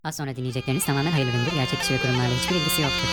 Az sonra dinleyecekleriniz tamamen hayırlı üründür. Gerçek kişi ve kurumlarla hiçbir ilgisi yoktur.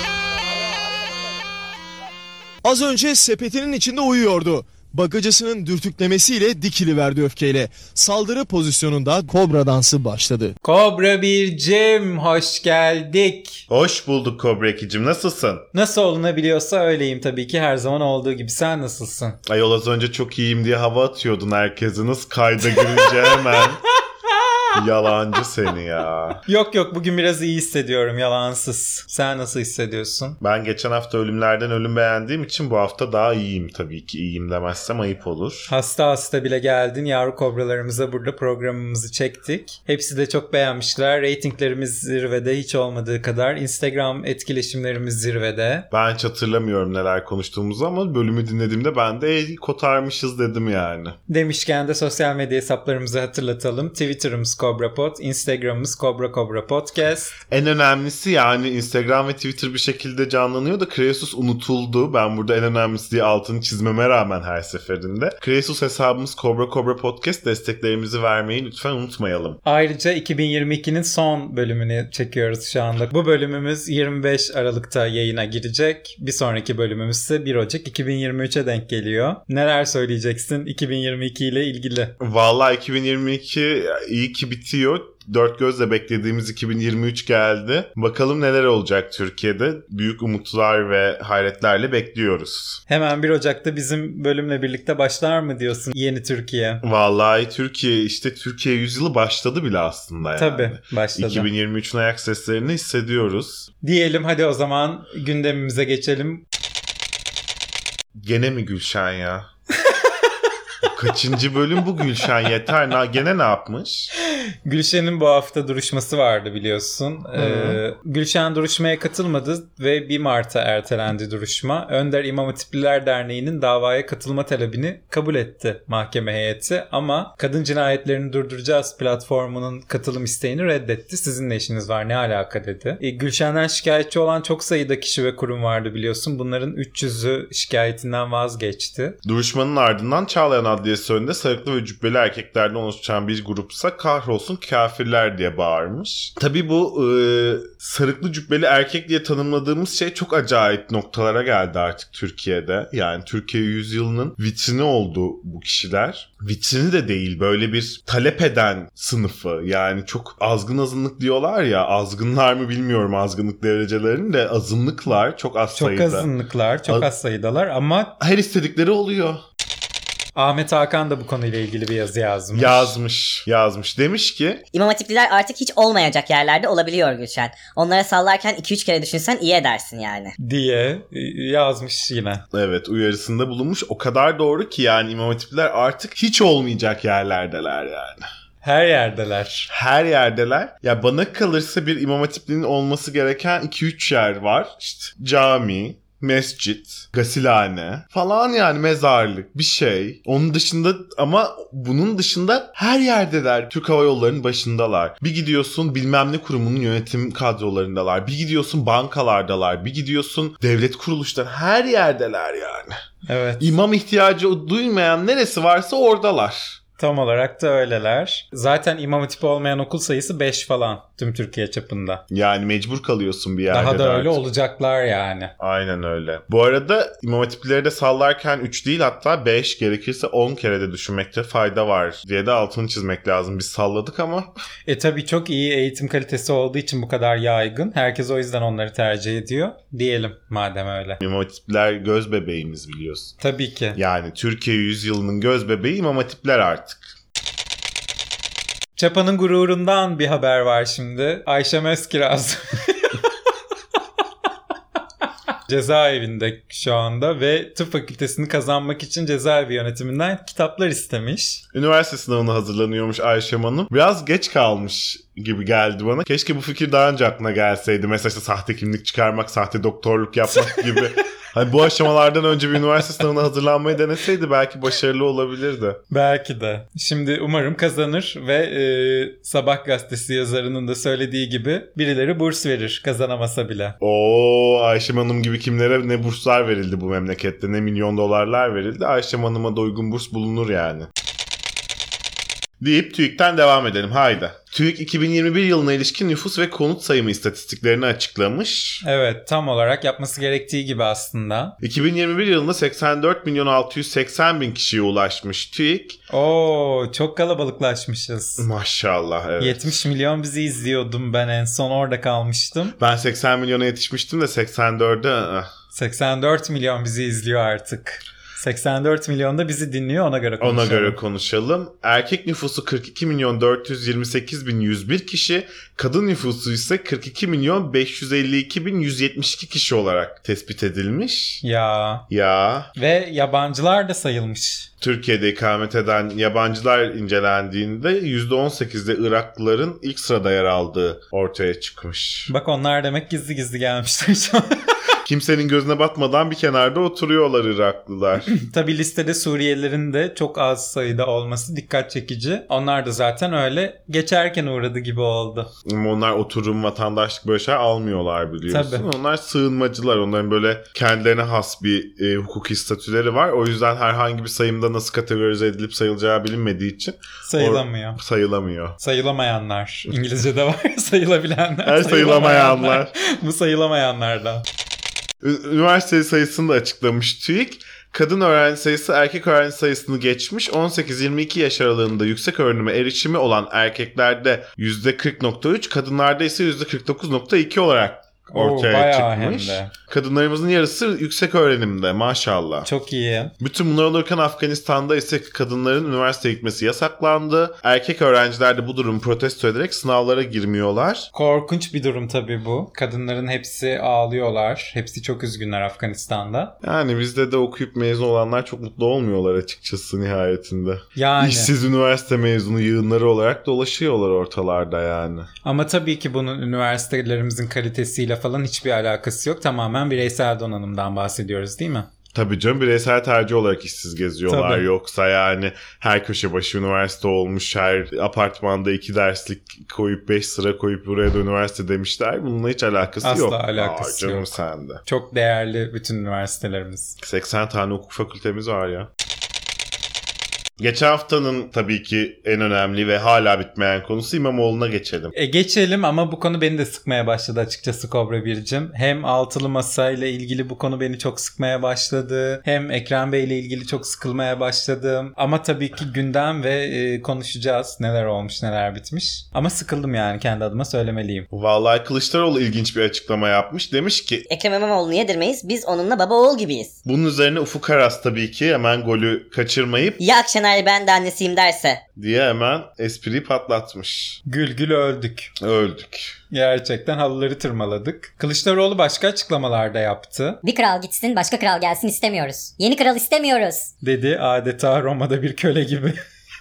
Az önce sepetinin içinde uyuyordu. Bagacısının dürtüklemesiyle dikiliverdi öfkeyle. Saldırı pozisyonunda kobra dansı başladı. Kobra Bircim, hoş geldik. Hoş bulduk Kobra 2'cim, nasılsın? Nasıl olunabiliyorsa öyleyim tabii ki, her zaman olduğu gibi. Sen nasılsın? Ayol az önce çok iyiyim diye hava atıyordun herkese. Nasıl kayda girince hemen. Yalancı seni ya. Yok bugün biraz iyi hissediyorum, yalansız. Sen nasıl hissediyorsun? Ben geçen hafta ölümlerden ölüm beğendiğim için bu hafta daha iyiyim tabii ki. İyiyim demezsem ayıp olur. Hasta bile geldin. Yavru kobralarımıza burada programımızı çektik. Hepsi de çok beğenmişler. Ratinglerimiz zirvede, hiç olmadığı kadar. Instagram etkileşimlerimiz zirvede. Ben hiç hatırlamıyorum neler konuştuğumuzu ama bölümü dinlediğimde ben de kotarmışız dedim yani. Demişken de sosyal medya hesaplarımızı hatırlatalım. Twitter'ımız KobraPod, Instagram'ımız Kobra Podcast. En önemlisi, yani Instagram ve Twitter bir şekilde canlanıyor da Kreasus unutuldu. Ben burada en önemlisi diye altını çizmeme rağmen her seferinde. Kreasus hesabımız Kobra Podcast, desteklerimizi vermeyi lütfen unutmayalım. Ayrıca 2022'nin son bölümünü çekiyoruz şu anda. Bu bölümümüz 25 Aralık'ta yayına girecek. Bir sonraki bölümümüz ise 1 Ocak 2023'e denk geliyor. Neler söyleyeceksin 2022 ile ilgili? Vallahi 2022 iyi ki bitiyor. Dört gözle beklediğimiz 2023 geldi. Bakalım neler olacak Türkiye'de. Büyük umutlar ve hayretlerle bekliyoruz. Hemen 1 Ocak'ta bizim bölümle birlikte başlar mı diyorsun yeni Türkiye? Vallahi Türkiye yüzyılı başladı bile aslında yani. Tabii başladı. 2023'ün ayak seslerini hissediyoruz. Diyelim, hadi o zaman gündemimize geçelim. Gene mi Gülşen ya? Kaçıncı bölüm bu Gülşen, yeter. Gene ne yapmış? Gülşen'in bu hafta duruşması vardı biliyorsun. Gülşen duruşmaya katılmadı ve 1 Mart'a ertelendi duruşma. Önder İmam Hatipliler Derneği'nin davaya katılma talebini kabul etti mahkeme heyeti. Ama Kadın Cinayetlerini Durduracağız platformunun katılım isteğini reddetti. Sizin ne işiniz var, ne alaka dedi. Gülşen'den şikayetçi olan çok sayıda kişi ve kurum vardı biliyorsun. Bunların 300'ü şikayetinden vazgeçti. Duruşmanın ardından Çağlayan Adliyesi önünde sarıklı ve cübbeli erkeklerden oluşan bir grupsa kahrolsun kafirler diye bağırmış. Tabii bu sarıklı cübbeli erkek diye tanımladığımız şey çok acayip noktalara geldi artık Türkiye'de. Yani Türkiye yüzyılının vitrini oldu bu kişiler. Vitrini de değil, böyle bir talep eden sınıfı. Yani çok azgın azınlık diyorlar ya. Azgınlar mı bilmiyorum azgınlık derecelerini de, azınlıklar çok az sayıda. Çok azınlıklar, çok az sayıdalar ama her istedikleri oluyor. Ahmet Hakan da bu konuyla ilgili bir yazı Yazmış. Demiş ki İmam Hatipliler artık hiç olmayacak yerlerde olabiliyor Gülşen. Onlara sallarken 2-3 kere düşünsen iyi edersin yani. Diye yazmış yine. Evet, uyarısında bulunmuş. O kadar doğru ki yani İmam Hatipliler artık hiç olmayacak yerlerdeler yani. Her yerdeler. Ya bana kalırsa bir İmam Hatipliğinin olması gereken 2-3 yer var. İşte cami, mescit, gasilhane falan, yani mezarlık bir şey. Onun dışında, ama bunun dışında her yerdeler. Türk Hava Yolları'nın başındalar. Bir gidiyorsun bilmem ne kurumunun yönetim kadrolarındalar. Bir gidiyorsun bankalardalar. Bir gidiyorsun devlet kuruluşları. Her yerdeler yani. Evet. İmam ihtiyacı duymayan neresi varsa oradalar. Tam olarak da öyleler. Zaten İmam Hatipi olmayan okul sayısı 5 falan tüm Türkiye çapında. Yani mecbur kalıyorsun bir yerde. Daha da öyle artık olacaklar yani. Aynen öyle. Bu arada İmam Hatiplileri de sallarken 3 değil, hatta 5, gerekirse 10 kere de düşünmekte fayda var diye de altını çizmek lazım. Biz salladık ama. Tabii çok iyi eğitim kalitesi olduğu için bu kadar yaygın. Herkes o yüzden onları tercih ediyor. Diyelim madem öyle. İmam Hatipliler göz bebeğimiz biliyorsun. Tabii ki. Yani Türkiye yüzyılının göz bebeği İmam Hatipliler artık. Çapa'nın gururundan bir haber var şimdi. Ayşe Mezkiraz cezaevinde şu anda ve tıp fakültesini kazanmak için cezaevi yönetiminden kitaplar istemiş. Üniversite sınavına hazırlanıyormuş Ayşe Hanım. Biraz geç kalmış gibi geldi bana. Keşke bu fikir daha önce aklına gelseydi. Mesela işte sahte kimlik çıkarmak, sahte doktorluk yapmak gibi. Hani bu aşamalardan önce bir üniversite sınavına hazırlanmayı deneseydi belki başarılı olabilirdi. Belki de. Şimdi umarım kazanır ve Sabah gazetesi yazarının da söylediği gibi birileri burs verir kazanamasa bile. Ayşe Hanım gibi kimlere ne burslar verildi bu memlekette, ne milyon dolarlar verildi. Ayşe Hanım'a da uygun burs bulunur yani. Deyip TÜİK'ten devam edelim. Haydi. TÜİK 2021 yılına ilişkin nüfus ve konut sayımı istatistiklerini açıklamış. Evet, tam olarak yapması gerektiği gibi aslında. 2021 yılında 84.680.000 kişiye ulaşmış TÜİK. Oo, çok kalabalıklaşmışız. Maşallah, evet. 70 milyon bizi izliyordum, ben en son orada kalmıştım. Ben 80 milyona yetişmiştim de 84'e... 84 milyon bizi izliyor artık. 84 milyon da bizi dinliyor, ona göre konuşalım. Ona göre konuşalım. Erkek nüfusu 42.428.101 kişi, kadın nüfusu ise 42.552.172 kişi olarak tespit edilmiş. Ya. Ve yabancılar da sayılmış. Türkiye'de ikamet eden yabancılar incelendiğinde %18'de Iraklıların ilk sırada yer aldığı ortaya çıkmış. Bak, onlar demek gizli gizli gelmişler şu an. Kimsenin gözüne batmadan bir kenarda oturuyorlar Iraklılar. Tabii listede Suriyelilerin de çok az sayıda olması dikkat çekici. Onlar da zaten öyle geçerken uğradı gibi oldu. Ama onlar oturum, vatandaşlık böyle şey almıyorlar, biliyorsun. Tabii. Onlar sığınmacılar. Onların böyle kendilerine has bir hukuki statüleri var. O yüzden herhangi bir sayımda nasıl kategorize edilip sayılacağı bilinmediği için Sayılamıyor. sayılamıyor. Sayılamayanlar. İngilizce'de var sayılabilenler. Sayılamayanlar. Bu sayılamayanlardan. Üniversite sayısını da açıklamış TÜİK. Kadın öğrenci sayısı erkek öğrenci sayısını geçmiş. 18-22 yaş aralığında yüksek öğrenime erişimi olan erkeklerde %40.3, kadınlarda ise %49.2 olarak ortaya çıkmış. Kadınlarımızın yarısı yüksek öğrenimde, maşallah. Çok iyi. Bütün bunlar olurken Afganistan'da ise kadınların üniversiteye gitmesi yasaklandı. Erkek öğrenciler de bu durumu protesto ederek sınavlara girmiyorlar. Korkunç bir durum tabii bu. Kadınların hepsi ağlıyorlar. Hepsi çok üzgünler Afganistan'da. Yani bizde de okuyup mezun olanlar çok mutlu olmuyorlar açıkçası nihayetinde. Yani. İşsiz üniversite mezunu yığınları olarak dolaşıyorlar ortalarda yani. Ama tabii ki bunun üniversitelerimizin kalitesiyle falan hiçbir alakası yok. Tamamen bireysel donanımdan bahsediyoruz, değil mi? Tabii canım, bireysel tercih olarak işsiz geziyorlar. Tabii. Yoksa yani her köşe başı üniversite olmuş, her apartmanda 2 derslik koyup 5 sıra koyup buraya da üniversite demişler. Bununla hiç alakası Asla yok. alakası canım yok. sende. Çok değerli bütün üniversitelerimiz. 80 tane hukuk fakültemiz var ya. Geçen haftanın tabii ki en önemli ve hala bitmeyen konusu İmamoğlu'na geçelim. Geçelim ama bu konu beni de sıkmaya başladı açıkçası Kobra Bircim. Hem altılı masa ile ilgili bu konu beni çok sıkmaya başladı. Hem Ekrem Bey ile ilgili çok sıkılmaya başladım. Ama tabii ki gündem ve konuşacağız. Neler olmuş, neler bitmiş. Ama sıkıldım yani, kendi adıma söylemeliyim. Vallahi Kılıçdaroğlu ilginç bir açıklama yapmış. Demiş ki Ekrem İmamoğlu'nu yedirmeyiz, biz onunla baba oğul gibiyiz. bunun üzerine Ufuk Aras tabii ki hemen golü kaçırmayıp Ya Akşener ben de annesiyim derse? diye hemen espriyi patlatmış. Gül gül öldük. Öldük. Gerçekten halıları tırmaladık. Kılıçdaroğlu başka açıklamalarda yaptı. Bir kral gitsin, başka kral gelsin istemiyoruz. Yeni kral istemiyoruz. Dedi adeta Roma'da bir köle gibi.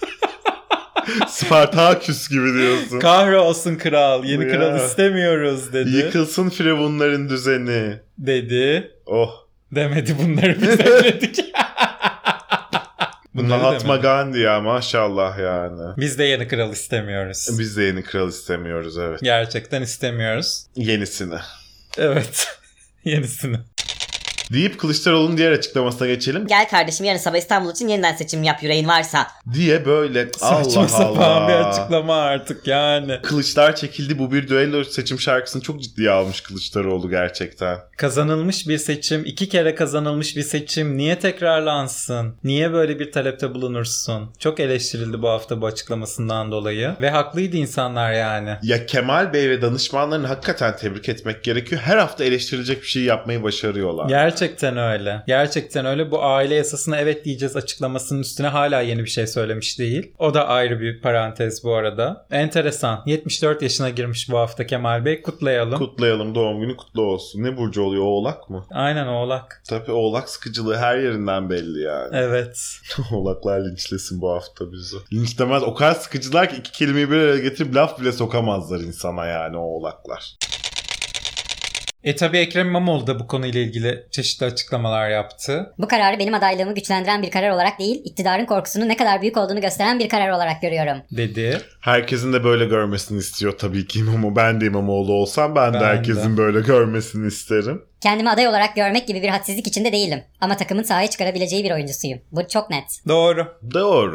Spartaküs gibi diyorsun. Kahrolsun kral, yeni Ya. kral istemiyoruz dedi. Yıkılsın firavunların düzeni. Dedi. Oh. Demedi, bunları biz ekledik. Bunları Mahatma demedi. Gandhi ya, maşallah yani. Biz de yeni kral istemiyoruz. Biz de yeni kral istemiyoruz, evet. Gerçekten istemiyoruz. Yenisini. Evet. Yenisini. Deyip Kılıçdaroğlu'nun diğer açıklamasına geçelim. Gel kardeşim yarın sabah İstanbul için yeniden seçim yap yüreğin varsa. Diye böyle Saçma Allah sapan Allah. bir açıklama artık yani. Kılıçlar çekildi, bu bir düello seçim şarkısını çok ciddiye almış Kılıçdaroğlu gerçekten. Kazanılmış bir seçim, 2 kere kazanılmış bir seçim niye tekrarlansın? Niye böyle bir talepte bulunursun? Çok eleştirildi bu hafta bu açıklamasından dolayı. Ve haklıydı insanlar yani. Ya Kemal Bey ve danışmanlarını hakikaten tebrik etmek gerekiyor. Her hafta eleştirilecek bir şey yapmayı başarıyorlar. Gerçekten öyle. Gerçekten öyle. Bu aile yasasına evet diyeceğiz açıklamasının üstüne hala yeni bir şey söylemiş değil. O da ayrı bir parantez bu arada. Enteresan. 74 yaşına girmiş bu hafta Kemal Bey. Kutlayalım. Kutlayalım, doğum günü kutlu olsun. Ne burcu oluyor, Oğlak mı? Aynen, Oğlak. Tabii Oğlak sıkıcılığı her yerinden belli yani. Evet. Oğlaklar linçlesin bu hafta bizi. Linçlemez, o kadar sıkıcılar ki 2 kelimeyi bir araya getirip laf bile sokamazlar insana yani o Oğlaklar. Tabii Ekrem İmamoğlu da bu konuyla ilgili çeşitli açıklamalar yaptı. Bu kararı benim adaylığımı güçlendiren bir karar olarak değil, iktidarın korkusunun ne kadar büyük olduğunu gösteren bir karar olarak görüyorum. Dedi. Herkesin de böyle görmesini istiyor tabii ki İmamoğlu. Ben de İmamoğlu olsam ben de Ben herkesin de. böyle görmesini isterim. Kendimi aday olarak görmek gibi bir hadsizlik içinde değilim. Ama takımın sahaya çıkarabileceği bir oyuncusuyum. Bu çok net. Doğru. Doğru.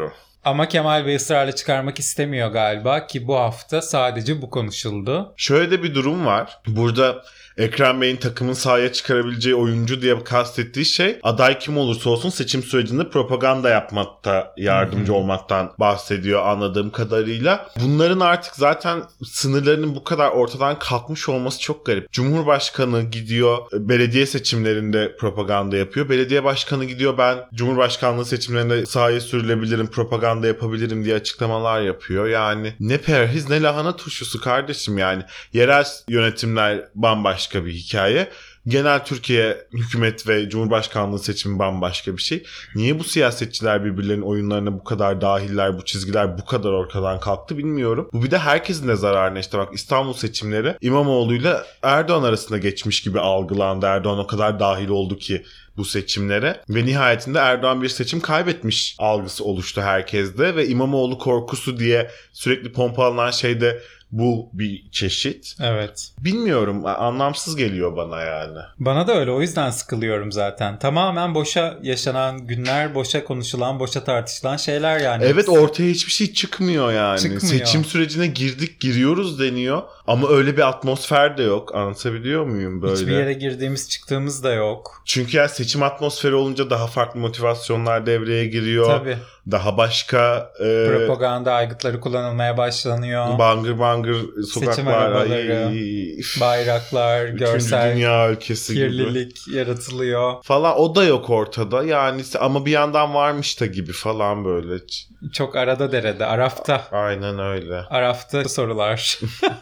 Ama Kemal Bey ısrarla çıkarmak istemiyor galiba ki bu hafta sadece bu konuşuldu. Şöyle de bir durum var. Burada Ekrem Bey'in takımın sahaya çıkarabileceği oyuncu diye kastettiği şey aday kim olursa olsun seçim sürecinde propaganda yapmakta yardımcı olmaktan bahsediyor anladığım kadarıyla. Bunların artık zaten sınırlarının bu kadar ortadan kalkmış olması çok garip. Cumhurbaşkanı gidiyor belediye seçimlerinde propaganda yapıyor. Belediye başkanı gidiyor ben Cumhurbaşkanlığı seçimlerinde sahaya sürülebilirim, propaganda yapabilirim diye açıklamalar yapıyor. Yani ne perhiz ne lahana turşusu kardeşim yani. Yerel yönetimler bambaşka bir hikaye. Genel Türkiye hükümet ve Cumhurbaşkanlığı seçimi bambaşka bir şey. Niye bu siyasetçiler birbirlerinin oyunlarına bu kadar dahiller, bu çizgiler bu kadar ortadan kalktı bilmiyorum. Bu bir de herkesin de zararına. İşte bak İstanbul seçimleri İmamoğlu'yla Erdoğan arasında geçmiş gibi algılandı. Erdoğan o kadar dahil oldu ki bu seçimlere ve nihayetinde Erdoğan bir seçim kaybetmiş algısı oluştu herkeste ve İmamoğlu korkusu diye sürekli pompalanan şey de bu bir çeşit. Evet. Bilmiyorum, anlamsız geliyor bana yani. Bana da öyle, o yüzden sıkılıyorum zaten. Tamamen boşa yaşanan günler, boşa konuşulan, boşa tartışılan şeyler yani. Evet, ortaya hiçbir şey çıkmıyor yani. Çıkmıyor. Seçim sürecine giriyoruz deniyor ama öyle bir atmosfer de yok. Anlatabiliyor muyum böyle? Hiçbir yere girdiğimiz çıktığımız da yok. Çünkü yani seçim atmosferi olunca daha farklı motivasyonlar devreye giriyor. Tabii. Daha başka propaganda aygıtları kullanılmaya başlanıyor. Bangır bangır Seçim sokaklar, arabaları, bayraklar, görsel dünya ülkesi kirlilik gibi yaratılıyor. falan, o da yok ortada yani, ama bir yandan varmış da gibi falan böyle. Çok arada derede, Araf'ta. Aynen öyle. Araf'ta sorular.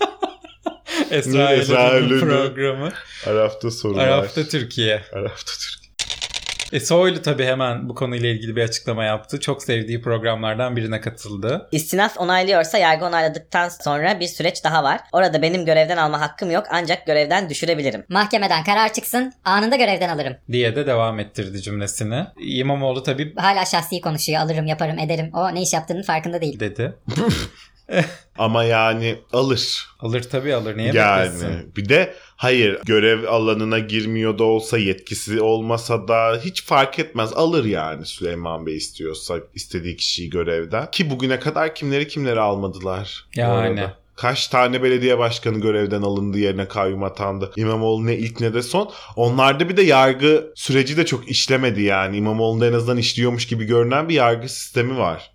Esra Esra Erol'ün programı. Araf'ta sorular. Araf'ta Türkiye. Araf'ta Türkiye. Soylu tabii hemen bu konuyla ilgili bir açıklama yaptı. Çok sevdiği programlardan birine katıldı. İstinaf onaylıyorsa yargı onayladıktan sonra bir süreç daha var. Orada benim görevden alma hakkım yok ancak görevden düşürebilirim. Mahkemeden karar çıksın, anında görevden alırım. Diye de devam ettirdi cümlesini. İmamoğlu tabii Hala şahsi konuşuyor, alırım, yaparım, ederim. O ne iş yaptığının farkında değil. dedi. Ama yani alır. Alır tabii, alır. Niye yani beklesin? bir de hayır, görev alanına girmiyor da olsa, yetkisi olmasa da hiç fark etmez, alır yani. Süleyman Bey istiyorsa istediği kişiyi görevden. Ki bugüne kadar kimleri almadılar. Yani. Kaç tane belediye başkanı görevden alındı, yerine kayyum atandı. İmamoğlu ne ilk ne de son. Onlarda bir de yargı süreci de çok işlemedi yani. İmamoğlu'nda en azından işliyormuş gibi görünen bir yargı sistemi var.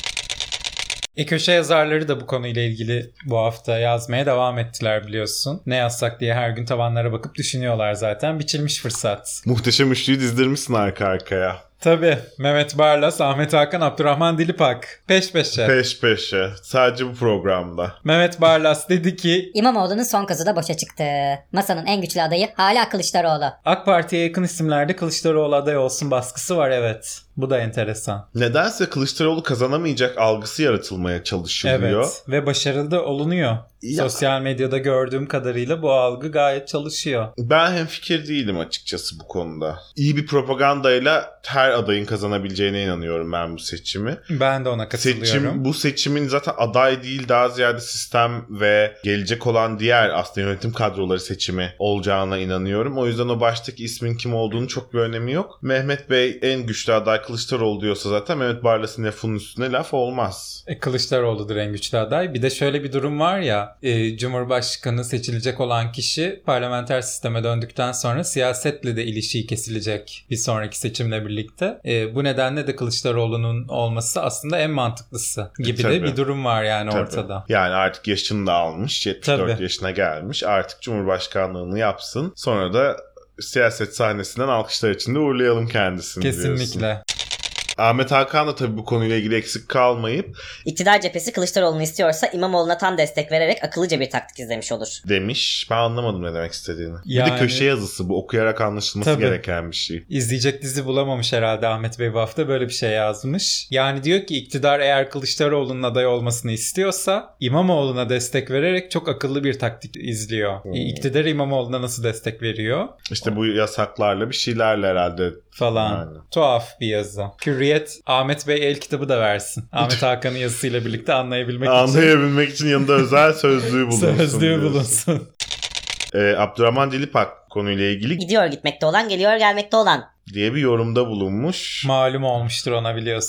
Köşe yazarları da bu konuyla ilgili bu hafta yazmaya devam ettiler biliyorsun. Ne yazsak diye her gün tavanlara bakıp düşünüyorlar zaten. Biçilmiş fırsat. Muhteşem Üçlü'yü dizdirmişsin arka arkaya. Tabii. Mehmet Barlas, Ahmet Hakan, Abdurrahman Dilipak. Peş peşe. Peş peşe. Sadece bu programda. Mehmet Barlas dedi ki İmamoğlu'nun son kazı da boşa çıktı. Masanın en güçlü adayı hala Kılıçdaroğlu. AK Parti'ye yakın isimlerde Kılıçdaroğlu aday olsun baskısı var, evet. Bu da enteresan. Nedense Kılıçdaroğlu kazanamayacak algısı yaratılmaya çalışılıyor. Evet, ve başarılı da olunuyor. Ya. Sosyal medyada gördüğüm kadarıyla bu algı gayet çalışıyor. Ben hemfikir değilim açıkçası bu konuda. İyi bir propagandayla her adayın kazanabileceğine inanıyorum ben bu seçimi. Ben de ona katılıyorum. Bu seçimin zaten aday değil, daha ziyade sistem ve gelecek olan diğer aslında yönetim kadroları seçimi olacağına inanıyorum. O yüzden o baştaki ismin kim olduğunu çok bir önemi yok. Mehmet Bey en güçlü aday Kılıçdaroğlu diyorsa zaten Mehmet Barlas'ın lafının üstüne laf olmaz. Kılıçdaroğlu'dur en güçlü aday. Bir de şöyle bir durum var ya, Cumhurbaşkanı seçilecek olan kişi parlamenter sisteme döndükten sonra siyasetle de ilişiği kesilecek bir sonraki seçimle birlikte. Bu nedenle de Kılıçdaroğlu'nun olması aslında en mantıklısı gibi de bir durum var yani ortada. Yani artık yaşını da almış, 74 Tabii. yaşına gelmiş, artık Cumhurbaşkanlığını yapsın. Sonra da siyaset sahnesinden alkışlar içinde uğurlayalım kendisini Kesinlikle. diyorsun. Ahmet Hakan da tabii bu konuyla ilgili eksik kalmayıp İktidar cephesi Kılıçdaroğlu'nu istiyorsa İmamoğlu'na tam destek vererek akıllıca bir taktik izlemiş olur. demiş. Ben anlamadım ne demek istediğini. Bir Yani- de köşe yazısı bu. Okuyarak anlaşılması Tabii. gereken bir şey. İzleyecek dizi bulamamış herhalde Ahmet Bey bu hafta, böyle bir şey yazmış. Yani diyor ki iktidar eğer Kılıçdaroğlu'nun aday olmasını istiyorsa İmamoğlu'na destek vererek çok akıllı bir taktik izliyor. İktidar İmamoğlu'na nasıl destek veriyor İşte bu yasaklarla bir şeylerle herhalde. falan. Yani. Tuhaf bir yazı. Hürriyet Ahmet Bey el kitabı da versin. Ahmet Hakan'ın yazısıyla birlikte anlayabilmek için. Anlayabilmek için yanında özel sözlüğü bulunsun. Sözlüğü diyorsun. bulunsun. Abdurrahman Dilipak konuyla ilgili Gidiyor gitmekte olan, geliyor gelmekte olan. diye bir yorumda bulunmuş. Malum olmuştur ona, biliyorsun.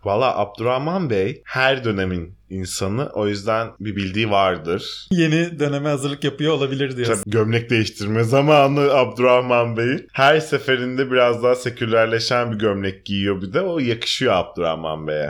Valla Abdurrahman Bey her dönemin insanı, o yüzden bir bildiği vardır. Yeni döneme hazırlık yapıyor olabilir diyorsun. Tabii gömlek değiştirme zamanı Abdurrahman Bey'in. Her seferinde biraz daha sekülerleşen bir gömlek giyiyor bir de. O yakışıyor Abdurrahman Bey'e.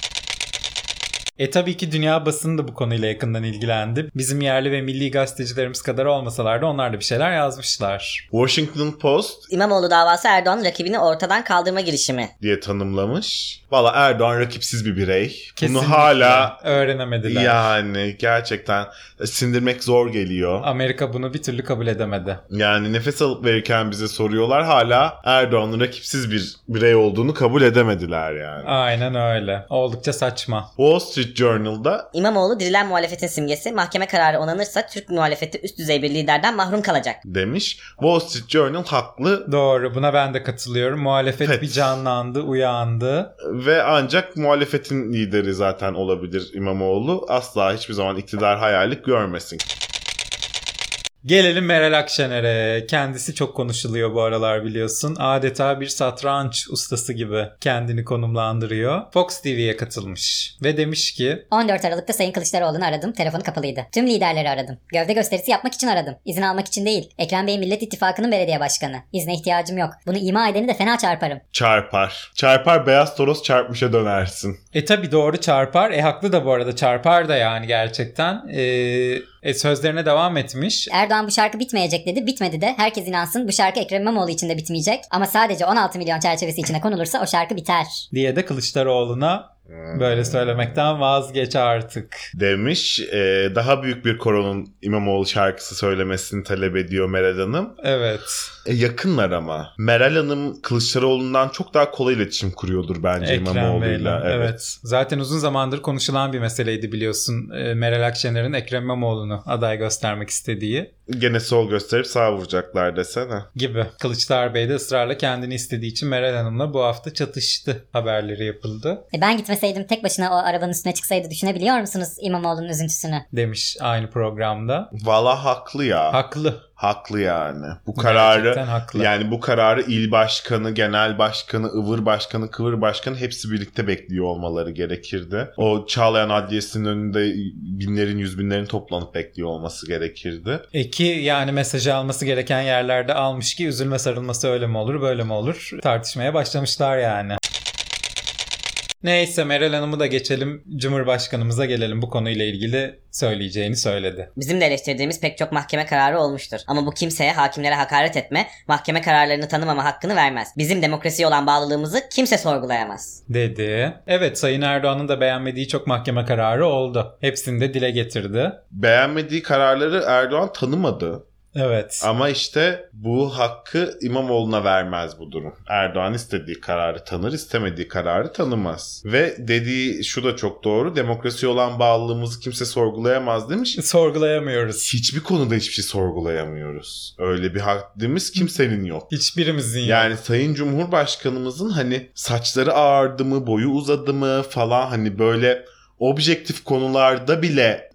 Tabii ki dünya basını da bu konuyla yakından ilgilendi. Bizim yerli ve milli gazetecilerimiz kadar olmasalar da onlar da bir şeyler yazmışlar. Washington Post İmamoğlu davası Erdoğan'ın rakibini ortadan kaldırma girişimi. diye tanımlamış. Valla Erdoğan rakipsiz bir birey. Kesinlikle Bunu hala öğrenemediler. yani gerçekten sindirmek zor geliyor. Amerika bunu bir türlü kabul edemedi. Yani nefes alıp verirken bize soruyorlar, hala Erdoğan'ın rakipsiz bir birey olduğunu kabul edemediler yani. Aynen öyle. Oldukça saçma. Wall Street Journal'da İmamoğlu dirilen muhalefetin simgesi, mahkeme kararı onanırsa Türk muhalefeti üst düzey bir liderden mahrum kalacak. demiş. Wall Street Journal haklı Doğru, buna ben de katılıyorum. Muhalefet Evet. bir canlandı, uyandı. ve ancak muhalefetin lideri zaten olabilir İmamoğlu. Asla hiçbir zaman iktidar hayali görmesin. Gelelim Meral Akşener'e. Kendisi çok konuşuluyor bu aralar biliyorsun. Adeta bir satranç ustası gibi kendini konumlandırıyor. Fox TV'ye katılmış ve demiş ki 14 Aralık'ta Sayın Kılıçdaroğlu'nu aradım. Telefonu kapalıydı. Tüm liderleri aradım. Gövde gösterisi yapmak için aradım. İzin almak için değil. Ekrem Bey Millet İttifakı'nın belediye başkanı. İzne ihtiyacım yok. Bunu ima edeni de fena çarparım. Çarpar. Çarpar, beyaz toros çarpmışa dönersin. tabi doğru çarpar. Haklı da bu arada, çarpar da yani gerçekten. Sözlerine devam etmiş. Erdoğan bu şarkı bitmeyecek dedi. Bitmedi de. Herkes inansın bu şarkı Ekrem İmamoğlu için de bitmeyecek. Ama sadece 16 milyon çerçevesi içine konulursa o şarkı biter. Diye de Kılıçdaroğlu'na böyle söylemekten vazgeç artık Demiş. Daha büyük bir koronun İmamoğlu şarkısı söylemesini talep ediyor Meral Hanım. Evet. Yakınlar ama. Meral Hanım Kılıçdaroğlu'ndan çok daha kolay iletişim kuruyordur bence Ekrem İmamoğlu'yla. Bey'le. Evet. Zaten uzun zamandır konuşulan bir meseleydi biliyorsun. Meral Akşener'in Ekrem İmamoğlu'nu aday göstermek istediği Gene sol gösterip sağ vuracaklar desene. gibi. Kılıçdaroğlu Bey de ısrarla kendini istediği için Meral Hanım'la bu hafta çatıştı haberleri yapıldı. Ben gitmeseydim tek başına o arabanın üstüne çıksaydı düşünebiliyor musunuz İmamoğlu'nun üzüntüsünü? Demiş aynı programda. Valla haklı ya. Haklı. Haklı yani. Bu kararı Gerçekten haklı. yani bu kararı il başkanı, genel başkanı, ıvır başkanı, kıvır başkanı hepsi birlikte bekliyor olmaları gerekirdi. O Çağlayan Adliyesi'nin önünde binlerin, yüz binlerin toplanıp bekliyor olması gerekirdi. Ki yani mesajı alması gereken yerlerde almış ki üzülme sarılması öyle mi olur böyle mi olur tartışmaya başlamışlar yani. Neyse Meral Hanım'ı da geçelim, Cumhurbaşkanımıza gelelim. Bu konuyla ilgili söyleyeceğini söyledi. Bizim de eleştirdiğimiz pek çok mahkeme kararı olmuştur. Ama bu kimseye, hakimlere hakaret etme, mahkeme kararlarını tanımama hakkını vermez. Bizim demokrasiye olan bağlılığımızı kimse sorgulayamaz. Dedi. Evet, Sayın Erdoğan'ın da beğenmediği çok mahkeme kararı oldu. Hepsini de dile getirdi. Beğenmediği kararları Erdoğan tanımadı. Evet. Ama işte bu hakkı İmamoğlu'na vermez bu durum. Erdoğan istediği kararı tanır, istemediği kararı tanımaz. Ve dediği şu da çok doğru. Demokrasiye olan bağlılığımızı kimse sorgulayamaz demiş. Sorgulayamıyoruz. Hiçbir konuda hiçbir şey sorgulayamıyoruz. Öyle bir haddimiz kimsenin yok. Hiçbirimizin yok. Yani Sayın Cumhurbaşkanımızın hani saçları ağardı mı, boyu uzadı mı falan, hani böyle objektif konularda bile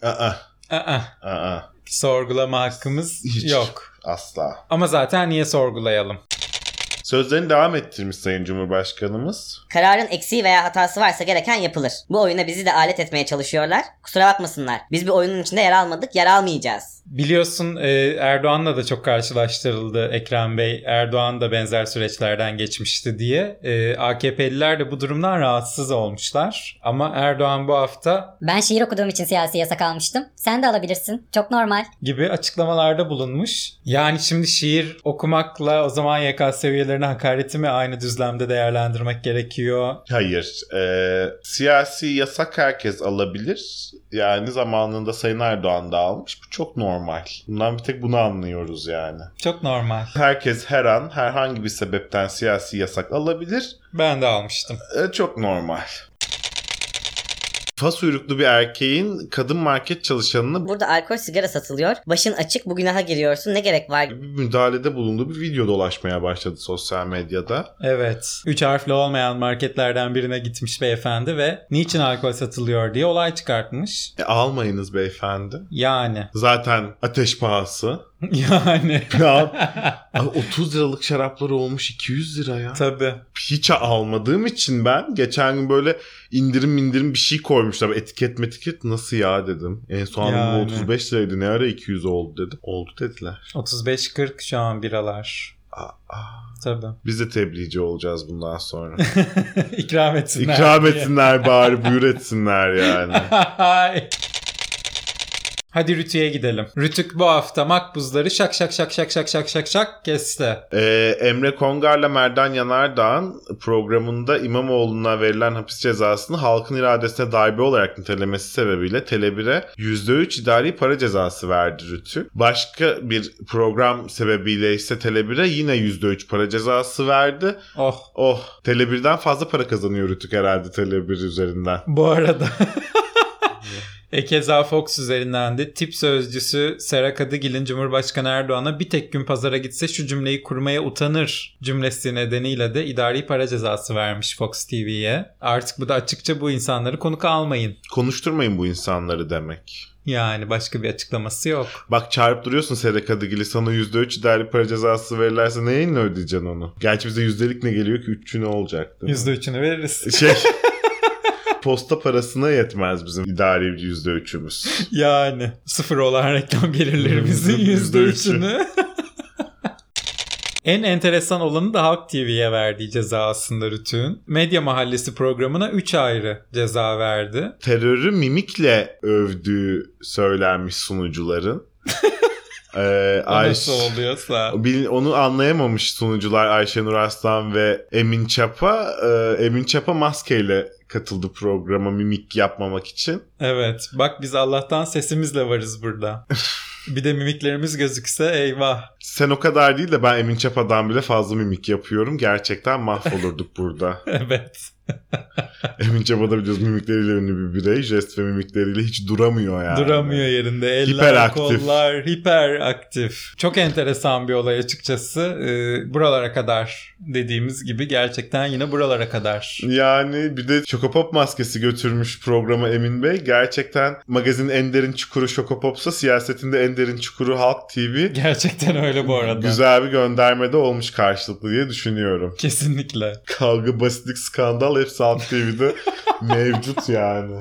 sorgulama hakkımız Hiç. yok. Asla. Ama zaten niye sorgulayalım? Sözlerini devam ettirmiş Sayın Cumhurbaşkanımız. Kararın eksiği veya hatası varsa gereken yapılır. Bu oyuna bizi de alet etmeye çalışıyorlar. Kusura bakmasınlar. Biz bir oyunun içinde yer almadık, yer almayacağız. Biliyorsun Erdoğan'la da çok karşılaştırıldı Ekrem Bey. Erdoğan da benzer süreçlerden geçmişti diye. AKP'liler de bu durumdan rahatsız olmuşlar. Ama Erdoğan bu hafta Ben şiir okuduğum için siyasi yasak almıştım. Sen de alabilirsin. Çok normal. gibi açıklamalarda bulunmuş. Yani şimdi şiir okumakla o zaman YKS seviyelerine hakareti mi aynı düzlemde değerlendirmek gerekiyor? Hayır. Siyasi yasak herkes alabilir. Yani zamanında Sayın Erdoğan da almış. Bu çok normal. Bundan bir tek bunu anlıyoruz yani. Çok normal. Herkes her an herhangi bir sebepten siyasi yasak alabilir. Ben de almıştım. Çok normal. Fas uyruklu bir erkeğin kadın market çalışanını Burada alkol, sigara satılıyor. Başın açık, bu günaha giriyorsun. Ne gerek var? bir müdahalede bulunduğu bir video dolaşmaya başladı sosyal medyada. Evet. 3 harfli olmayan marketlerden birine gitmiş beyefendi ve niçin alkol satılıyor diye olay çıkartmış. Almayınız beyefendi. Yani. Zaten ateş pahası. Yani. Ya 30 liralık şarapları olmuş 200 lira ya. Tabii. Hiç almadığım için ben geçen gün böyle indirim bir şey koymuşlar. Etiket nasıl ya dedim. En son Yani. 35 liraydı, ne ara 200 oldu dedim. Oldu dediler. 35-40 şu an biralar. Tabii. Biz de tebliğci olacağız bundan sonra. İkram etsinler. İkram diye. etsinler bari, buyur etsinler yani. Hadi Rütü'ye gidelim. Rütük bu hafta makbuzları şak kesti. Emre Kongar'la Merdan Yanardağ'ın programında İmamoğlu'na verilen hapis cezasını halkın iradesine darbe olarak nitelemesi sebebiyle Tele1'e %3 idari para cezası verdi Rütük. Başka bir program sebebiyle ise Tele1'e yine %3 para cezası verdi. Tele1'den fazla para kazanıyor Rütük herhalde Tele1 üzerinden. Bu arada... Keza Fox üzerinden de tip sözcüsü Sera Kadıgil'in Cumhurbaşkanı Erdoğan'a bir tek gün pazara gitse şu cümleyi kurmaya utanır cümlesi nedeniyle de idari para cezası vermiş Fox TV'ye. Artık bu da açıkça bu insanları konuk almayın. Konuşturmayın bu insanları demek. Yani başka bir açıklaması yok. Bak çağırıp duruyorsun Sera Kadıgil'i, sana %3 idari para cezası verirlerse neyle ödeyeceksin onu? Gerçi bize yüzdelik ne geliyor ki? 3'ü ne olacak? %3'ünü veririz. Posta parasına yetmez bizim idari %3'ümüz. Yani sıfır olan reklam gelirlerimizin %3'ünü. En enteresan olanı da Halk TV'ye verdiği ceza aslında Rütük'ün. Medya Mahallesi programına 3 ayrı ceza verdi. Terörü mimikle övdüğü söylenmiş sunucuların. Nasıl oluyorsa. Onu anlayamamış sunucular Ayşenur Arslan ve Emin Çapa. Emin Çapa maskeyle katıldı programa mimik yapmamak için. Evet. Bak biz Allah'tan sesimizle varız burada. Bir de mimiklerimiz gözükse eyvah. Sen o kadar değil de ben Emin Çapa'dan bile fazla mimik yapıyorum. Gerçekten mahvolurduk burada. Evet. Emin Çapa da biliyoruz mimikleriyle ünlü bir birey. Jest ve mimikleriyle hiç duramıyor yani. Duramıyor yerinde. Eller, hiperaktif. kollar hiperaktif. Çok enteresan bir olay açıkçası. Buralara kadar dediğimiz gibi gerçekten yine buralara kadar. Yani bir de Şokopop maskesi götürmüş programa Emin Bey. Gerçekten magazinin en derin çukuru Şokopop'sa siyasetinde en derin çukuru Halk TV. Gerçekten öyle bu arada. Güzel bir göndermede olmuş karşılıklı diye düşünüyorum. Kesinlikle. Kavga, basitlik, skandal hepsi Halk TV'de mevcut yani.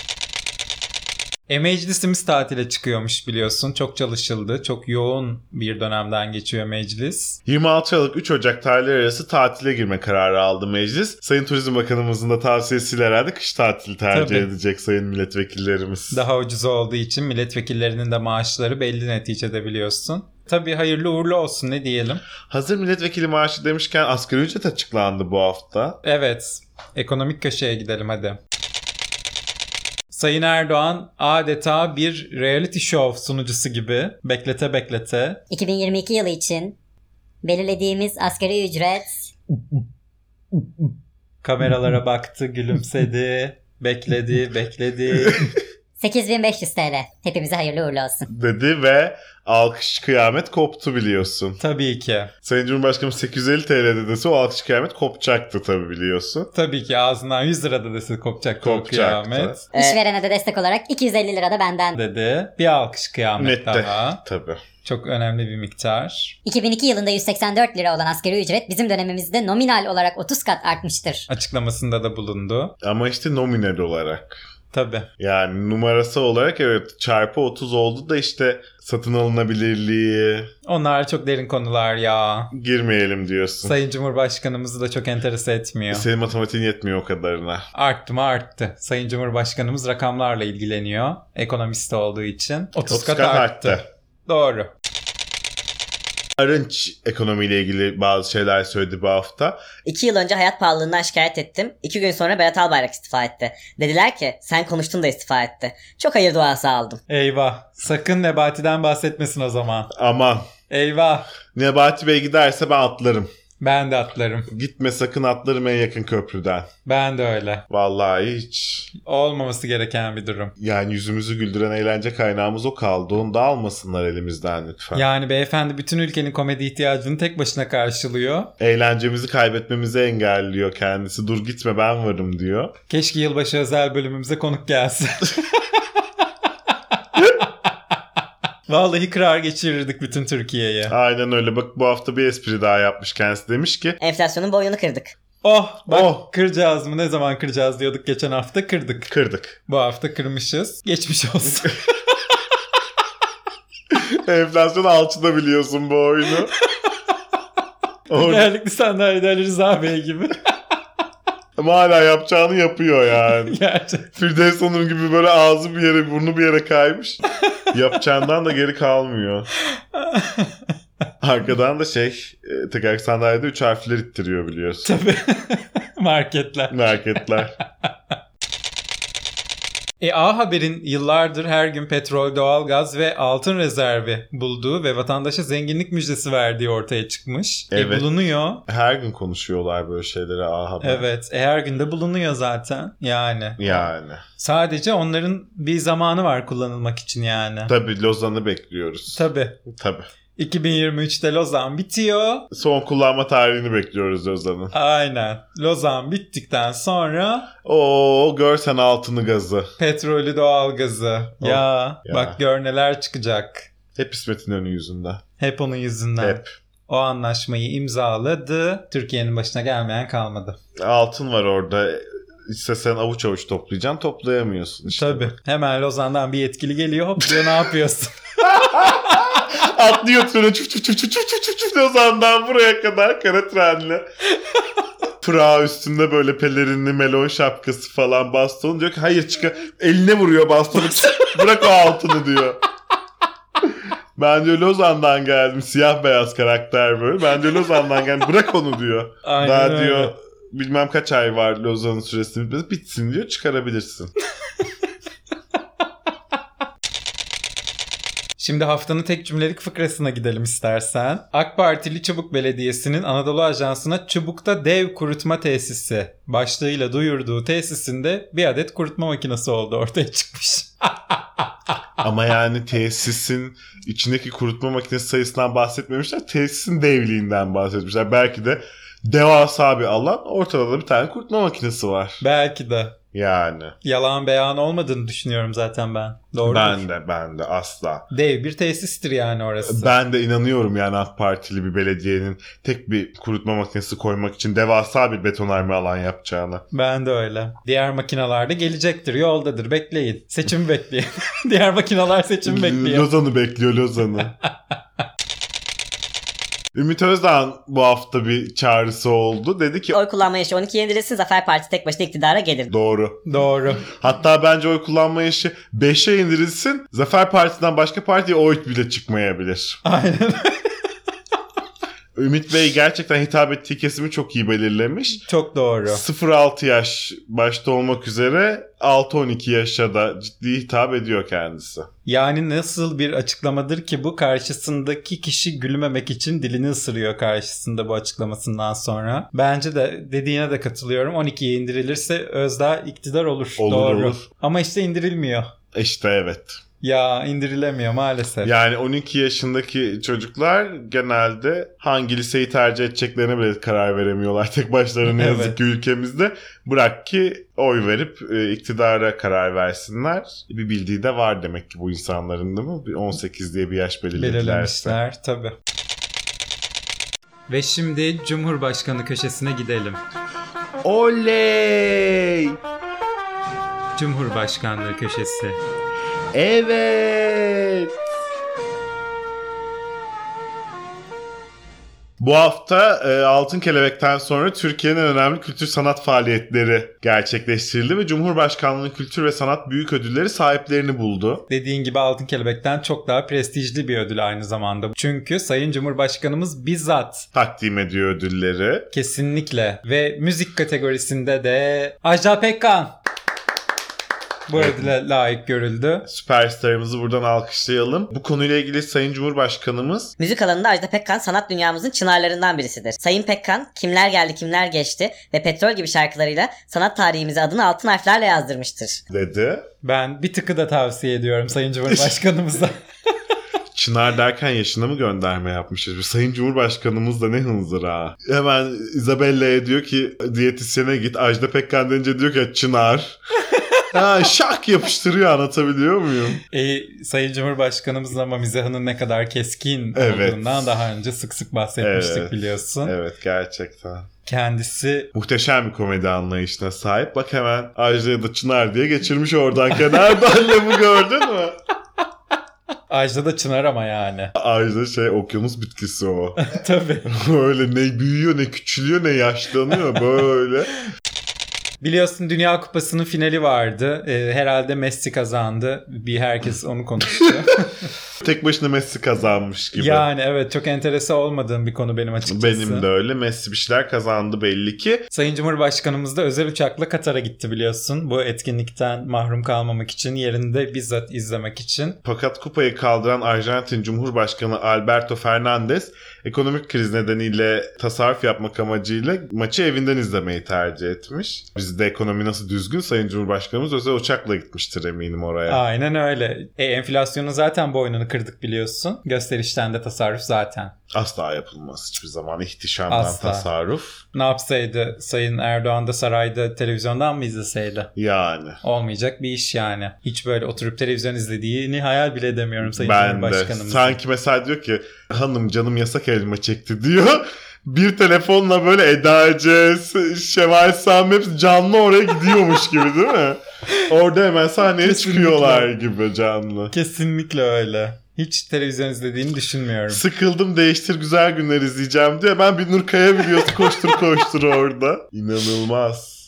Meclisimiz tatile çıkıyormuş biliyorsun. Çok çalışıldı. Çok yoğun bir dönemden geçiyor meclis. 26 Aralık 3 Ocak tarihleri arası tatile girme kararı aldı meclis. Sayın Turizm Bakanımızın da tavsiyesiyle herhalde kış tatili tercih edecek sayın milletvekillerimiz. Daha ucuz olduğu için milletvekillerinin de maaşları belli neticede biliyorsun. Tabii hayırlı uğurlu olsun ne diyelim. Hazır milletvekili maaşı demişken asgari ücret açıklandı bu hafta. Evet. Ekonomik köşeye gidelim hadi. Sayın Erdoğan adeta bir reality show sunucusu gibi beklete 2022 yılı için belirlediğimiz asgari ücret kameralara baktı, gülümsedi, bekledi. 8500 TL. Hepimize hayırlı uğurlu olsun. Dedi ve alkış kıyamet koptu biliyorsun. Tabii ki. Sayın Cumhurbaşkanım 850 TL dese o alkış kıyamet kopacaktı tabii biliyorsun. Tabii ki ağzından 100 lira da dese kopacaktı o kıyamet. İşverene de destek olarak 250 lira da benden. Dedi. Bir alkış kıyamet Nette. daha. Tabii. Çok önemli bir miktar. 2002 yılında 184 lira olan asgari ücret bizim dönemimizde nominal olarak 30 kat artmıştır. Açıklamasında da bulundu. Ama işte nominal olarak. Tabii. Yani numarası olarak evet çarpı 30 oldu da işte satın alınabilirliği. Onlar çok derin konular ya. Girmeyelim diyorsun. Sayın Cumhurbaşkanımızı da çok enterese etmiyor. Senin matematiğin yetmiyor o kadarına. Arttı mı arttı. Sayın Cumhurbaşkanımız rakamlarla ilgileniyor. Ekonomist olduğu için. 30 kat arttı. Doğru. Arınç ekonomiyle ilgili bazı şeyler söyledi bu hafta. 2 yıl önce hayat pahalılığından şikayet ettim. 2 gün sonra Berat Albayrak istifa etti. Dediler ki sen konuştun da istifa etti. Çok hayır duası aldım. Eyvah. Sakın Nebati'den bahsetmesin o zaman. Aman. Eyvah. Nebati Bey giderse ben atlarım. Ben de atlarım. Gitme sakın, atlarım en yakın köprüden. Ben de öyle. Vallahi hiç. Olmaması gereken bir durum. Yani yüzümüzü güldüren eğlence kaynağımız o kaldı. Onu da almasınlar elimizden lütfen. Yani beyefendi bütün ülkenin komedi ihtiyacını tek başına karşılıyor. Eğlencemizi kaybetmemizi engelliyor kendisi. Dur gitme ben varım diyor. Keşke yılbaşı özel bölümümüze konuk gelsin. Vallahi kırar geçirirdik bütün Türkiye'ye. Aynen öyle. Bak bu hafta bir espri daha yapmış kendisi. Demiş ki Enflasyonun boyunu kırdık. Oh bak Oh. kıracağız mı? Ne zaman kıracağız diyorduk geçen hafta, kırdık. kırdık. Bu hafta kırmışız. Geçmiş olsun. Enflasyon alçıda biliyorsun bu oyunu. Orada, Değerlikli sandalyede Ali Rıza Bey gibi. ama hala yapacağını yapıyor yani. Gerçekten. Firdevs Onur gibi böyle ağzı bir yere, burnu bir yere kaymış. Yapacağından da geri kalmıyor. Arkadan da tekerlekli sandalyede 3 harfler ittiriyor biliyorsun. Tabii. Marketler. Marketler. A Haber'in yıllardır her gün petrol, doğalgaz ve altın rezervi bulduğu ve vatandaşa zenginlik müjdesi verdiği ortaya çıkmış. Evet. Bulunuyor. Her gün konuşuyorlar böyle şeyleri Haber. Evet. Her gün de bulunuyor zaten. Yani. Yani. Sadece onların bir zamanı var kullanılmak için yani. Tabii Lozan'ı bekliyoruz. Tabii. Tabii. 2023'te Lozan bitiyor. Son kullanma tarihini bekliyoruz Lozan'ın. Aynen. Lozan bittikten sonra Görsen altını gazı. petrolü, doğalgazı. Oh, Ya ya. bak gör neler çıkacak. Hep İsmet'in önü yüzünden. Hep onun yüzünden. Hep. O anlaşmayı imzaladı. Türkiye'nin başına gelmeyen kalmadı. Altın var orada. İstesen avuç avuç toplayacaksın, toplayamıyorsun işte. Tabii. Hemen Lozan'dan bir yetkili geliyor. Hop diyor ne yapıyorsun? Atlıyor trene çuf çuf çuf çuf çuf çuf çuf Lozan'dan buraya kadar kara trenle. Pırağı üstünde böyle pelerinli melon şapkası falan baston diyor ki hayır çıkar. Eline vuruyor bastonu. Bırak o altını diyor. Ben diyor Lozan'dan geldim. Siyah beyaz karakter böyle. Ben diyor Lozan'dan geldim. Bırak onu diyor. Aynen Daha öyle. diyor bilmem kaç ay var Lozan'ın süresinin bitmesi. Bitsin diyor çıkarabilirsin. Şimdi haftanın tek cümlelik fıkrasına gidelim istersen. AK Partili Çubuk Belediyesi'nin Anadolu Ajansı'na Çubuk'ta dev kurutma tesisi başlığıyla duyurduğu tesisinde bir adet kurutma makinesi olduğu ortaya çıkmış. Ama yani tesisin içindeki kurutma makinesi sayısından bahsetmemişler. Tesisin devliğinden bahsetmişler. Belki de devasa bir alan, ortada da bir tane kurutma makinesi var. Belki de. Yani. Yalan beyan olmadığını düşünüyorum zaten ben. Doğru. Ben de asla. Dev bir tesistir yani orası. Ben de inanıyorum yani AK Partili bir belediyenin tek bir kurutma makinesi koymak için devasa bir betonarme alan yapacağına. Ben de öyle. Diğer makineler de gelecektir. Yoldadır. Bekleyin. Seçimi bekleyin. Diğer makineler seçimi bekliyor. Lozan'ı bekliyor Lozan'ı. Ümit Özdağ'ın bu hafta bir çağrısı oldu. Dedi ki Oy kullanma yaşı 12'ye indirilsin, Zafer Partisi tek başına iktidara gelir. doğru. Doğru. Hatta bence oy kullanma yaşı 5'e indirilsin. Zafer Partisi'nden başka partiye oy bile çıkmayabilir. Aynen. Ümit Bey gerçekten hitap ettiği kesimi çok iyi belirlemiş. Çok doğru. 0-6 yaş başta olmak üzere 6-12 yaşa da ciddi hitap ediyor kendisi. Yani nasıl bir açıklamadır ki bu, karşısındaki kişi gülmemek için dilini ısırıyor karşısında bu açıklamasından sonra. Bence de dediğine de katılıyorum. 12'ye indirilirse Özdağ iktidar olur. Olur, Doğru. olur. Ama işte indirilmiyor. İşte evet. Ya indirilemiyor maalesef. Yani 12 yaşındaki çocuklar genelde hangi liseyi tercih edeceklerine bile karar veremiyorlar tek başlarına ne yazık Evet. ki ülkemizde. Bırak ki oy verip iktidara karar versinler. Bir bildiği de var demek ki bu insanların, değil mi? Bir 18 diye bir yaş belirledilerse. Belirlemişler tabii. Ve şimdi Cumhurbaşkanı köşesine gidelim. Oley! Cumhurbaşkanlığı köşesi. Evet! Bu hafta Altın Kelebek'ten sonra Türkiye'nin önemli kültür sanat faaliyetleri gerçekleştirildi ve Cumhurbaşkanlığı Kültür ve Sanat Büyük Ödülleri sahiplerini buldu. Dediğin gibi Altın Kelebek'ten çok daha prestijli bir ödül aynı zamanda. Çünkü Sayın Cumhurbaşkanımız bizzat Takdim ediyor ödülleri. kesinlikle ve müzik kategorisinde de Ajda Pekkan bu ödüle layık görüldü. Süperstarımızı buradan alkışlayalım. Bu konuyla ilgili Sayın Cumhurbaşkanımız Müzik alanında Ajda Pekkan sanat dünyamızın çınarlarından birisidir. Sayın Pekkan kimler geldi kimler geçti ve Petrol gibi şarkılarıyla sanat tarihimize adını altın harflerle yazdırmıştır. dedi. Ben bir tıkı da tavsiye ediyorum Sayın Cumhurbaşkanımıza. Çınar derken yaşına mı gönderme yapmışız? Sayın Cumhurbaşkanımız da ne hınzır ha. Hemen Isabella'ya diyor ki diyetisyene git. Ajda Pekkan denince diyor ki Çınar. Ha, şak yapıştırıyor, anlatabiliyor muyum? Sayın Cumhurbaşkanımızın ama mizahının ne kadar keskin Evet. olduğundan daha önce sık sık bahsetmiştik Evet. biliyorsun. Evet, gerçekten. Kendisi Muhteşem bir komedi anlayışına sahip. Bak hemen Ajda ya da Çınar diye geçirmiş oradan kenardan lafı, gördün mü? Ajda da Çınar ama yani. Ajda okyanus bitkisi o. Tabii. Öyle ne büyüyor, ne küçülüyor, ne yaşlanıyor böyle. Biliyorsun Dünya Kupası'nın finali vardı. Herhalde Messi kazandı. Herkes onu konuştu. Tek başına Messi kazanmış gibi. Yani evet, çok enterese olmadığım bir konu benim açıkçası. Benim de öyle. Messi bir şeyler kazandı belli ki. Sayın Cumhurbaşkanımız da özel uçakla Katar'a gitti biliyorsun. Bu etkinlikten mahrum kalmamak için, yerinde bizzat izlemek için. Fakat kupayı kaldıran Arjantin Cumhurbaşkanı Alberto Fernandez ekonomik kriz nedeniyle tasarruf yapmak amacıyla maçı evinden izlemeyi tercih etmiş. Bizde ekonomi nasıl düzgün, Sayın Cumhurbaşkanımız özel uçakla gitmiştir eminim oraya. Aynen öyle. Enflasyonun zaten boynunu kırdık biliyorsun. Gösterişten de tasarruf zaten. Asla yapılmaz hiçbir zaman ihtişamdan Asla. tasarruf. Ne yapsaydı Sayın Erdoğan da sarayda televizyondan mı izleseydi? Yani. Olmayacak bir iş yani. Hiç böyle oturup televizyon izlediğini hayal bile edemiyorum Sayın Ben de. Cumhurbaşkanımızın. Sanki mesela diyor ki hanım canım yasak elma çekti diyor. Bir telefonla böyle Eda Ece, Şevval Sam hepsi canlı oraya gidiyormuş gibi değil mi? Orada hemen sahneye Kesinlikle. çıkıyorlar gibi canlı. Kesinlikle öyle. Hiç televizyon izlediğini düşünmüyorum. Sıkıldım, değiştir güzel günler izleyeceğim diye ben bir Nurkaya biliyorsun koştur orada. İnanılmaz.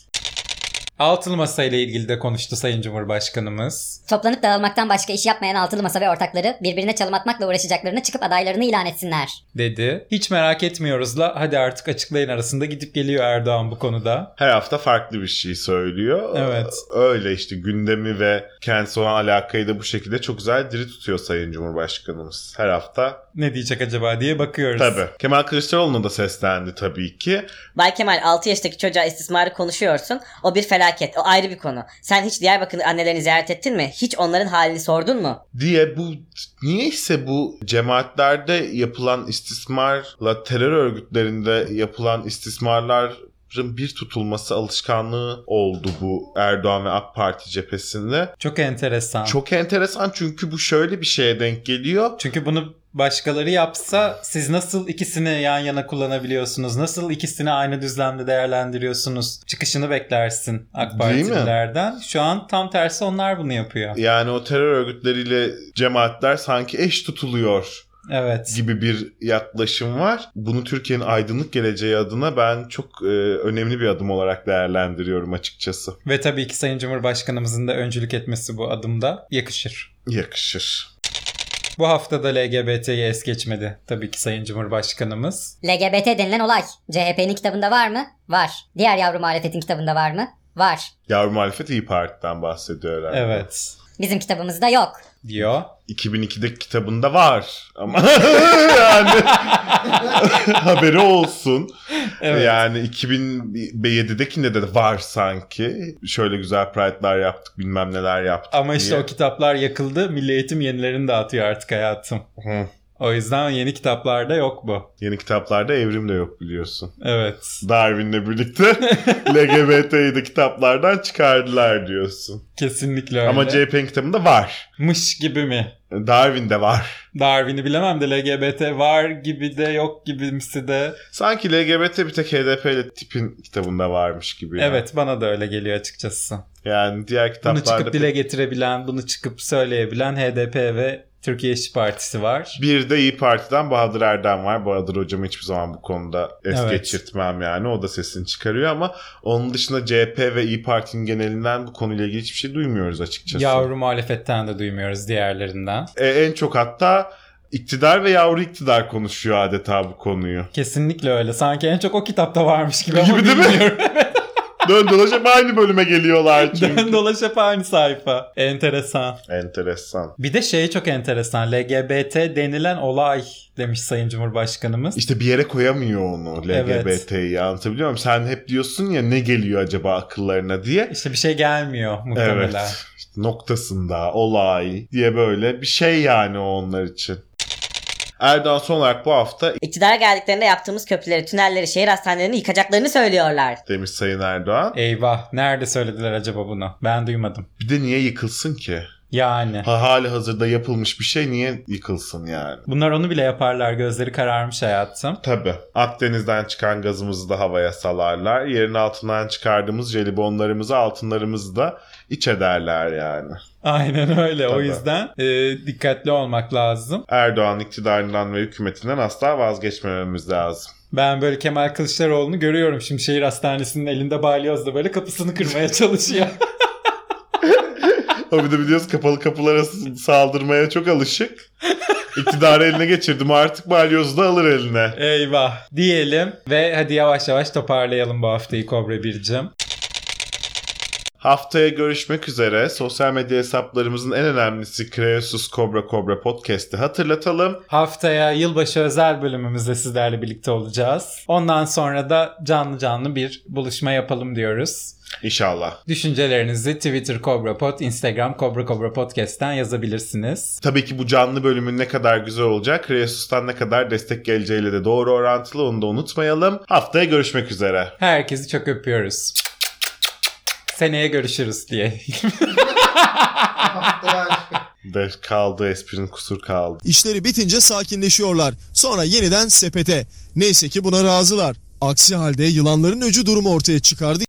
Altılı Masa ile ilgili de konuştu Sayın Cumhurbaşkanımız. Toplanıp dağılmaktan başka iş yapmayan altılı masa ve ortakları birbirine çalım atmakla uğraşacaklarını çıkıp adaylarını ilan etsinler. Dedi. Hiç merak etmiyoruzla hadi artık açıklayın arasında gidip geliyor Erdoğan bu konuda. Her hafta farklı bir şey söylüyor. Evet. Öyle işte gündemi ve kendisi olan alakayı da bu şekilde çok güzel diri tutuyor Sayın Cumhurbaşkanımız. Her hafta. Ne diyecek acaba diye bakıyoruz. Tabii. Kemal Kılıçdaroğlu'na da seslendi tabii ki. Bay Kemal, 6 yaşındaki çocuğa istismarı konuşuyorsun. O bir felaket. O ayrı bir konu. Sen hiç Diyarbakır annelerini ziyaret ettin mi? Hiç onların halini sordun mu? Diye bu niyeyse bu cemaatlerde yapılan istismarla terör örgütlerinde yapılan istismarlar bir tutulması alışkanlığı oldu bu Erdoğan ve AK Parti cephesinde. Çok enteresan. Çok enteresan çünkü bu şöyle bir şeye denk geliyor. Çünkü bunu başkaları yapsa siz nasıl ikisini yan yana kullanabiliyorsunuz? Nasıl ikisini aynı düzlemde değerlendiriyorsunuz? Çıkışını beklersin AK Değil mi? Partililerden. Şu an tam tersi onlar bunu yapıyor. Yani o terör örgütleriyle cemaatler sanki eş tutuluyor Evet. gibi bir yaklaşım var. Bunu Türkiye'nin aydınlık geleceği adına ben çok önemli bir adım olarak değerlendiriyorum açıkçası. Ve tabii ki Sayın Cumhurbaşkanımızın da öncülük etmesi bu adımda yakışır. Yakışır. Bu hafta da LGBT'yi es geçmedi tabii ki Sayın Cumhurbaşkanımız. LGBT denilen olay CHP'nin kitabında var mı? Var. Diğer yavru muhalefetin kitabında var mı? Var. Yavru Muhalefet İYİ Parti'den bahsediyor herhalde. Evet. Bizim kitabımızda yok. Diyor. 2002'deki kitabında var ama yani haberi olsun. Evet. Yani 2007'dekinde de var sanki. Şöyle güzel pride'lar yaptık, bilmem neler yaptık Ama işte diye. o kitaplar yakıldı. Milli Eğitim yenilerini dağıtıyor artık hayatım. Hı. O yüzden yeni kitaplarda yok bu. Yeni kitaplarda evrim de yok biliyorsun. Evet. Darwin'le birlikte LGBT'yi de kitaplardan çıkardılar diyorsun. Kesinlikle öyle. Ama CHP'nin kitabında var. Mış gibi mi? Darwin'de var. Darwin'i bilemem de LGBT var gibi de yok gibimsi de. Sanki LGBT bir tek HDP ile tipin kitabında varmış gibi. ya. Evet, bana da öyle geliyor açıkçası. Yani diğer Bunu kitaplarda çıkıp dile getirebilen, bunu çıkıp söyleyebilen HDP ve Türkiye İşçi Partisi var. bir de İYİ Parti'den Bahadır Erdem var. Bahadır hocamı hiçbir zaman bu konuda es Evet. geçirtmem yani. O da sesini çıkarıyor ama onun dışında CHP ve İYİ Parti'nin genelinden bu konuyla ilgili hiçbir şey duymuyoruz açıkçası. Yavru muhalefetten de duymuyoruz diğerlerinden. En çok hatta iktidar ve yavru iktidar konuşuyor adeta bu konuyu. Kesinlikle öyle. Sanki en çok o kitapta varmış gibi ama Gibi değil mi? bilmiyorum. Dön dolaşıp aynı bölüme geliyorlar çünkü. Dön dolaş hep aynı sayfa. Enteresan. Enteresan. Bir de şey çok enteresan. LGBT denilen olay demiş Sayın Cumhurbaşkanımız. İşte bir yere koyamıyor onu Evet. LGBT'yi, anlatabiliyor muyum? Sen hep diyorsun ya ne geliyor acaba akıllarına diye. İşte bir şey gelmiyor muhtemelen. Evet. İşte noktasında olay diye böyle bir şey yani o onlar için. Erdoğan son olarak bu hafta İktidara geldiklerinde yaptığımız köprüleri, tünelleri, şehir hastanelerini yıkacaklarını söylüyorlar. demiş Sayın Erdoğan. Eyvah. Nerede söylediler acaba bunu? Ben duymadım. Bir de niye yıkılsın ki? Yani. Hali hazırda yapılmış bir şey niye yıkılsın yani? Bunlar onu bile yaparlar. Gözleri kararmış hayatım. Tabii. Akdeniz'den çıkan gazımızı da havaya salarlar. Yerin altından çıkardığımız jelibonlarımızı, altınlarımızı da iç ederler yani. Aynen öyle. O Tabii. yüzden dikkatli olmak lazım. Erdoğan iktidarından ve hükümetinden asla vazgeçmememiz lazım. Ben böyle Kemal Kılıçdaroğlu'nu görüyorum. Şimdi şehir hastanesinin elinde balyozla böyle kapısını kırmaya çalışıyor. O bir de biliyoruz kapalı kapılara saldırmaya çok alışık. İktidarı eline geçirdim artık balyozu da alır eline. Eyvah diyelim ve hadi yavaş yavaş toparlayalım bu haftayı Kobra Bircim. Haftaya görüşmek üzere. Sosyal medya hesaplarımızın en önemlisi Kreasus Kobra Podcast'i hatırlatalım. Haftaya yılbaşı özel bölümümüzde sizlerle birlikte olacağız. Ondan sonra da canlı bir buluşma yapalım diyoruz. İnşallah. Düşüncelerinizi Twitter Kobra Pod, Instagram Kobra Podcast'ten yazabilirsiniz. Tabii ki bu canlı bölümün ne kadar güzel olacak, Kreasus'tan ne kadar destek geleceğiyle de doğru orantılı, onu da unutmayalım. Haftaya görüşmek üzere. Herkesi çok öpüyoruz. Seneye görüşürüz diye. De kaldı, esprinin kusur kaldı. İşleri bitince sakinleşiyorlar. Sonra yeniden sepete. Neyse ki buna razılar. Aksi halde yılanların öcü durumu ortaya çıkardı.